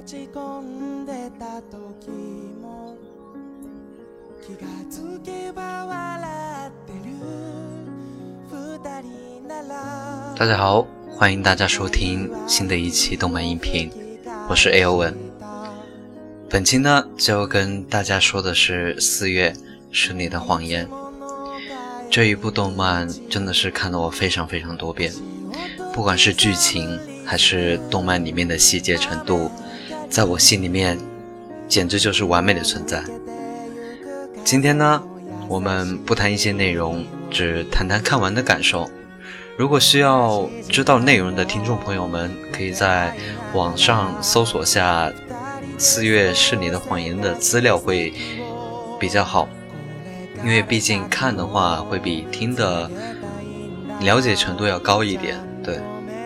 大家好，欢迎大家收听新的一期动漫音频，我是 A.O. 文。本期呢就跟大家说的是4月是你的谎言。这一部动漫真的是看了我非常非常多遍，不管是剧情还是动漫里面的细节程度，在我心里面简直就是完美的存在。今天呢我们不谈一些内容，只谈谈看完的感受。如果需要知道内容的听众朋友们，可以在网上搜索下4月是你的谎言的资料会比较好，因为毕竟看的话会比听的了解程度要高一点。对，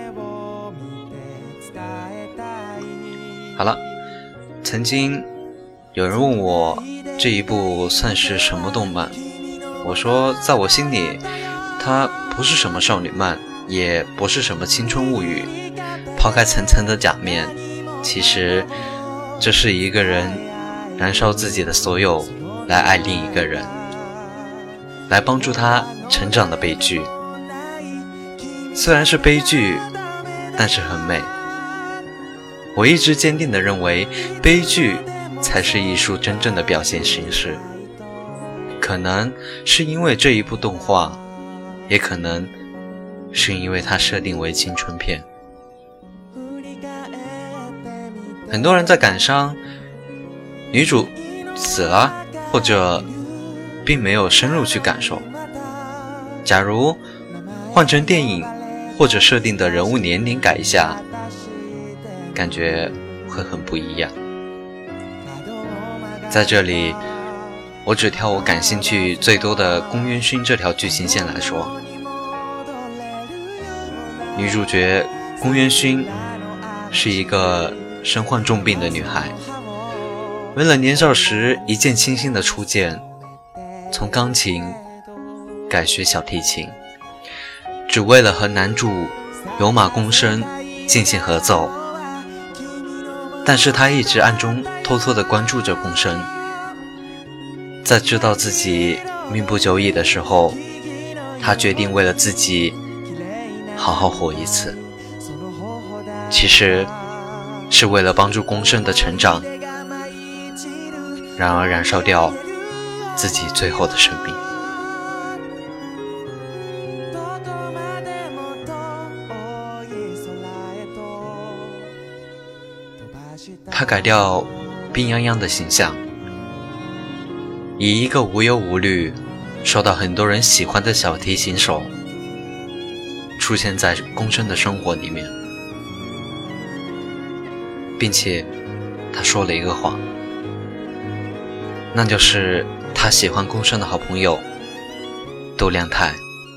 好了，曾经有人问我这一部算是什么动漫，我说在我心里它不是什么少女漫，也不是什么青春物语，抛开层层的假面，其实这是一个人燃烧自己的所有来爱另一个人，来帮助他成长的悲剧。虽然是悲剧，但是很美。我一直坚定地认为，悲剧才是艺术真正的表现形式。可能是因为这一部动画，也可能是因为它设定为青春片。很多人在感伤女主死了，或者并没有深入去感受。假如换成电影或者设定的人物年龄改一下，感觉会很不一样。在这里我只挑我感兴趣最多的宫渊薰这条剧情线来说。女主角宫渊薰是一个身患重病的女孩，为了年少时一见倾心的初见，从钢琴改学小提琴，只为了和男主有马宫生进行合奏。但是她一直暗中偷偷地关注着宫生，在知道自己命不久矣的时候，她决定为了自己好好活一次，其实是为了帮助宫生的成长，然而燃烧掉自己最后的生命。他改掉病殃殃的形象，以一个无忧无虑、受到很多人喜欢的小提琴手出现在宫生的生活里面，并且他说了一个谎，那就是他喜欢宫生的好朋友窦亮太。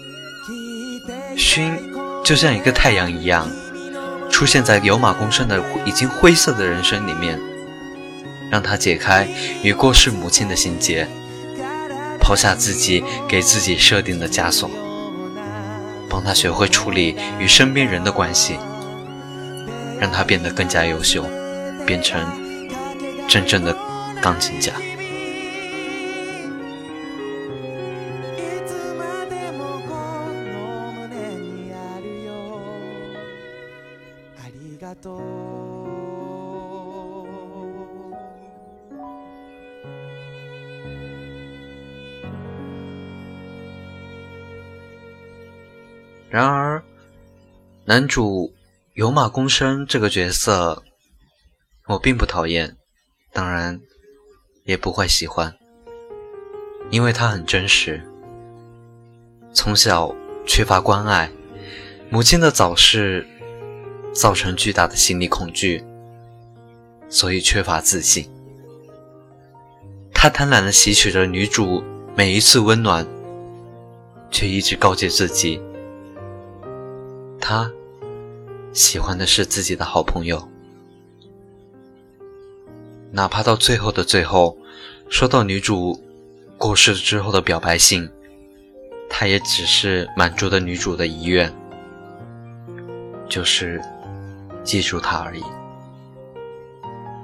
薰就像一个太阳一样，出现在有马宫生的已经灰色的人生里面，让他解开与过世母亲的心结，抛下自己给自己设定的枷锁，帮他学会处理与身边人的关系，让他变得更加优秀，变成真正的钢琴家。然而男主有马宫生这个角色我并不讨厌，当然也不会喜欢，因为他很真实。从小缺乏关爱，母亲的早逝造成巨大的心理恐惧，所以缺乏自信。他贪婪地吸取着女主每一次温暖，却一直告诫自己，他喜欢的是自己的好朋友。哪怕到最后的最后，收到女主过世之后的表白信，他也只是满足了女主的遗愿，就是记住她而已。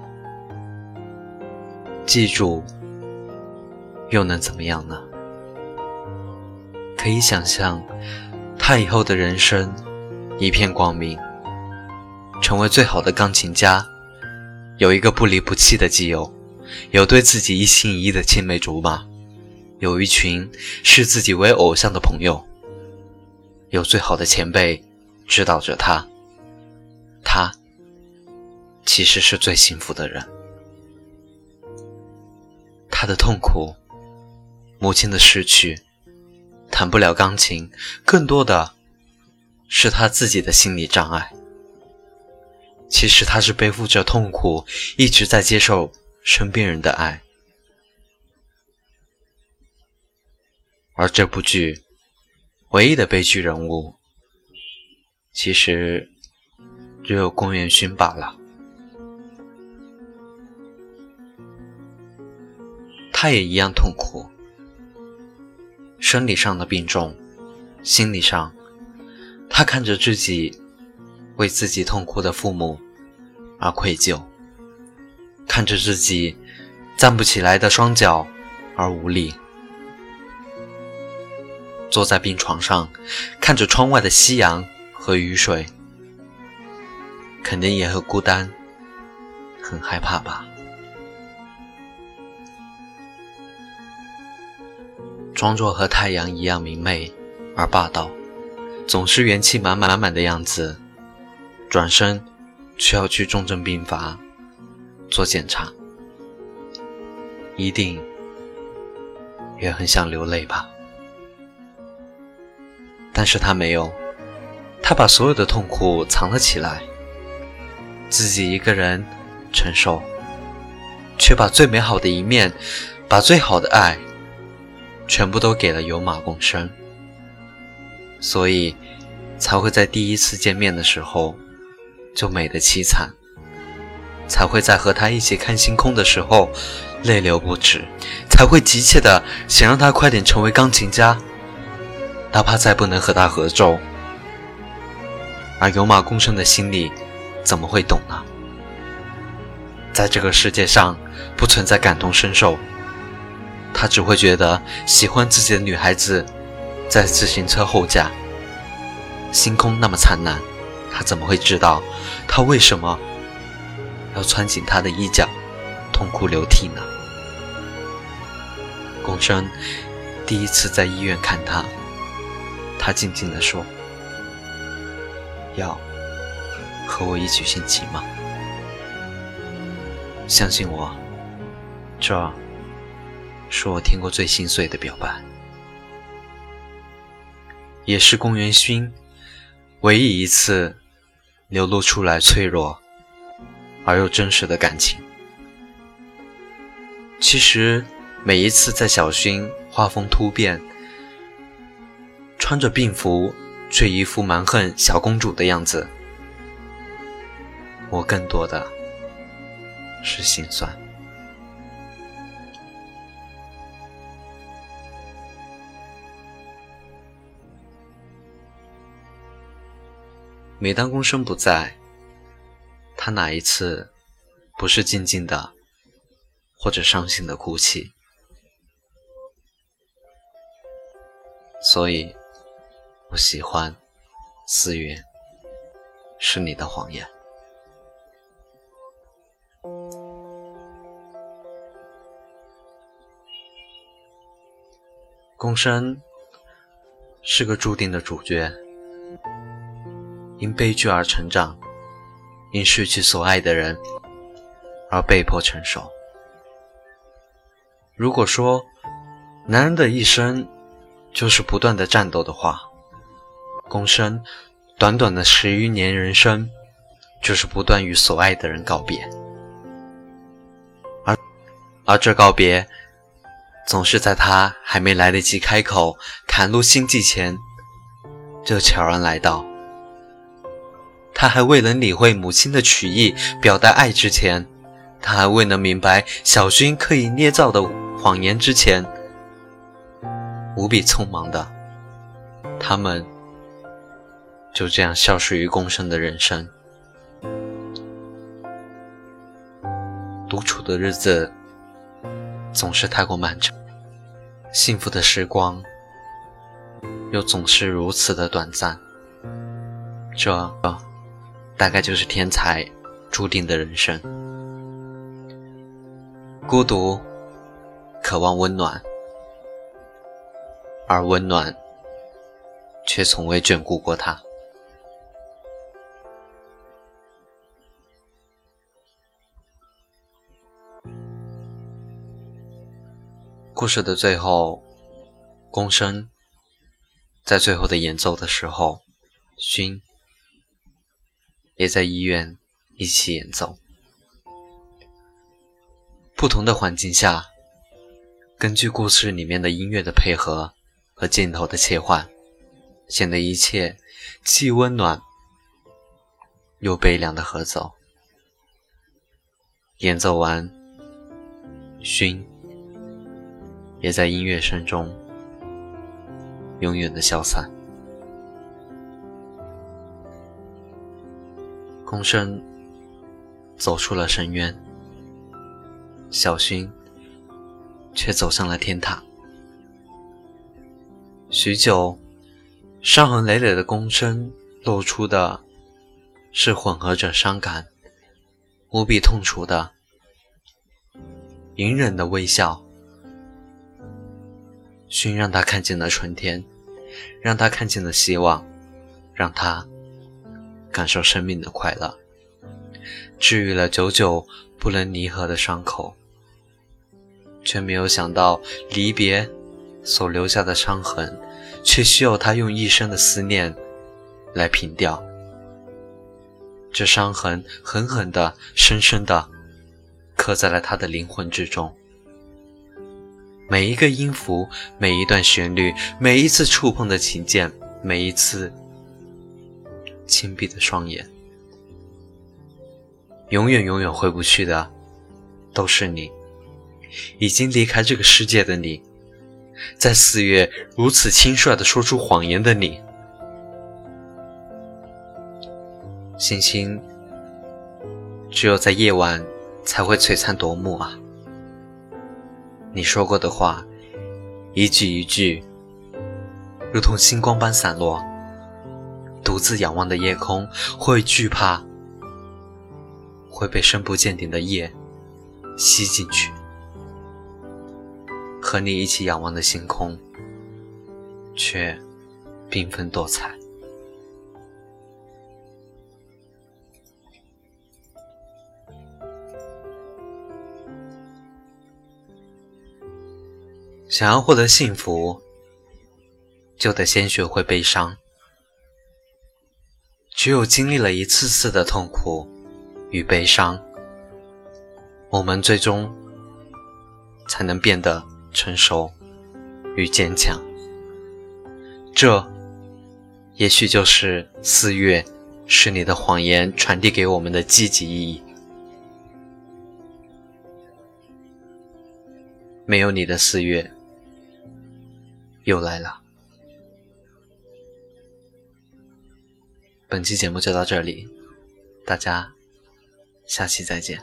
记住又能怎么样呢？可以想象他以后的人生一片光明，成为最好的钢琴家，有一个不离不弃的基友，有对自己一心一意的青梅竹马，有一群视自己为偶像的朋友，有最好的前辈指导着他，他其实是最幸福的人。他的痛苦，母亲的逝去，弹不了钢琴，更多的是他自己的心理障碍。其实他是背负着痛苦，一直在接受身边人的爱。而这部剧唯一的悲剧人物，其实只有宫元勋罢了。他也一样痛苦，生理上的病重，心理上，他看着自己为自己痛苦的父母而愧疚，看着自己站不起来的双脚而无力，坐在病床上，看着窗外的夕阳和雨水，肯定也很孤单，很害怕吧。装作和太阳一样明媚而霸道，总是元气满满的样子，转身却要去重症病房做检查，一定也很想流泪吧。但是他没有，他把所有的痛苦藏了起来，自己一个人承受，却把最美好的一面，把最好的爱全部都给了有马共生，所以才会在第一次见面的时候就美得凄惨，才会在和他一起看星空的时候泪流不止，才会急切的想让他快点成为钢琴家，哪怕再不能和他合奏。而有马共生的心里怎么会懂呢？在这个世界上不存在感同身受，他只会觉得喜欢自己的女孩子在自行车后架，星空那么灿烂，他怎么会知道他为什么要穿紧他的衣角痛哭流涕呢？共生第一次在医院看他，他静静地说，要和我一起殉情吗？相信我，这是我听过最心碎的表白，也是宫元勋唯一一次流露出来脆弱而又真实的感情。其实每一次在小薰画风突变，穿着病服却一副蛮横小公主的样子，我更多的是心酸。每当公生不在，他哪一次不是静静的或者伤心的哭泣？所以我喜欢4月是你的谎言。公生是个注定的主角，因悲剧而成长，因失去所爱的人而被迫承受。如果说男人的一生就是不断的战斗的话，公生短短的10余年人生就是不断与所爱的人告别，而这告别总是在他还没来得及开口袒露心迹前就悄然来到，他还未能理会母亲的曲意表达爱之前，他还未能明白小薰刻意捏造的谎言之前，无比匆忙的他们就这样消失于公生的人生。独处的日子总是太过漫长，幸福的时光又总是如此的短暂。这大概就是天才注定的人生。孤独渴望温暖，而温暖却从未眷顾过他。故事的最后，宫生在最后的演奏的时候，勋也在医院一起演奏。不同的环境下，根据故事里面的音乐的配合和镜头的切换，显得一切既温暖又悲凉的合奏。演奏完，勋也在音乐声中永远的消散。宫生走出了深渊，小勋却走上了天塔。许久，伤痕累累的宫生露出的是混合着伤感、无比痛楚的隐忍的微笑。勋让他看见了春天，让他看见了希望，让他感受生命的快乐，治愈了久久不能弥合的伤口，却没有想到离别所留下的伤痕，却需要他用一生的思念来平掉。这伤痕狠狠地、深深地刻在了他的灵魂之中。每一个音符，每一段旋律，每一次触碰的琴键，每一次轻闭的双眼，永远永远回不去的都是你，已经离开这个世界的你，在4月如此轻率地说出谎言的你。星星只有在夜晚才会璀璨夺目啊，你说过的话一句一句如同星光般散落，独自仰望的夜空会惧怕会被深不见底的夜吸进去，和你一起仰望的星空却缤纷多彩。想要获得幸福，就得先学会悲伤。只有经历了一次次的痛苦与悲伤，我们最终才能变得成熟与坚强。这也许就是4月是你的谎言传递给我们的积极意义。没有你的4月又来了。本期节目就到这里，大家下期再见。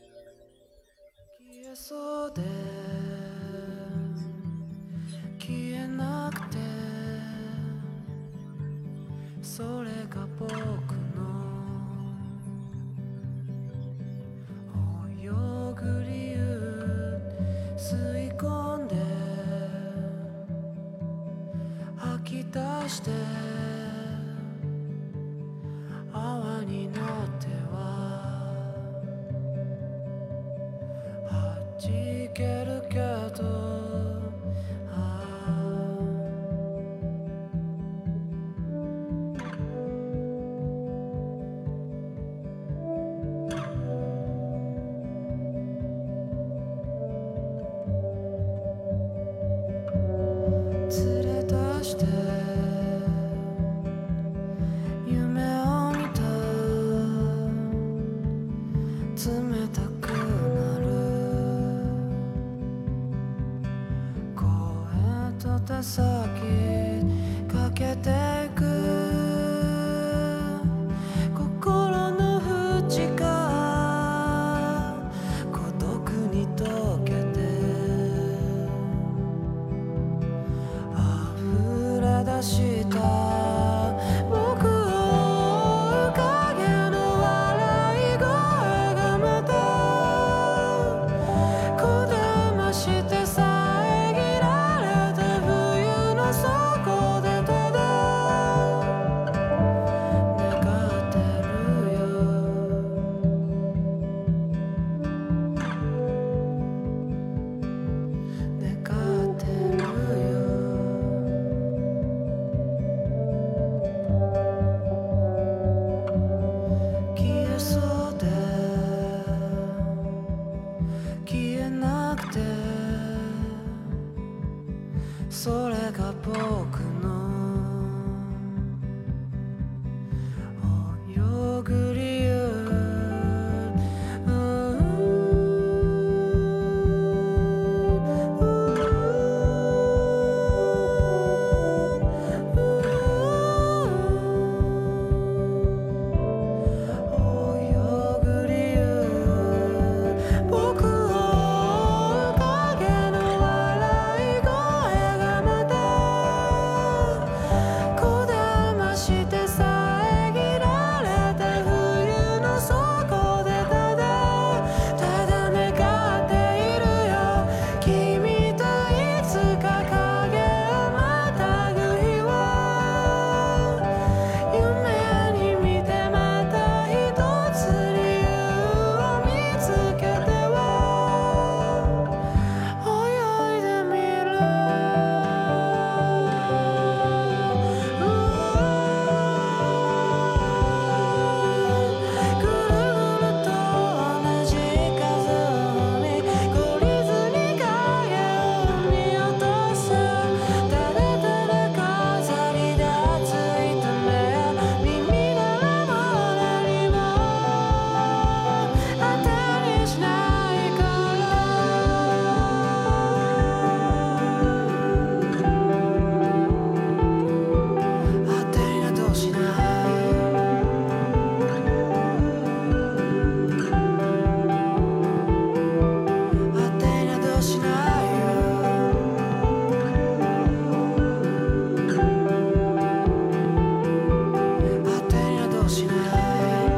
泡になっては弾けるけど連れ出して冷たくなる声と手先かけてく心の淵が孤独に溶けてしない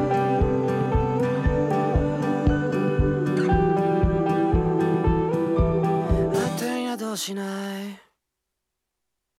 当てになどしない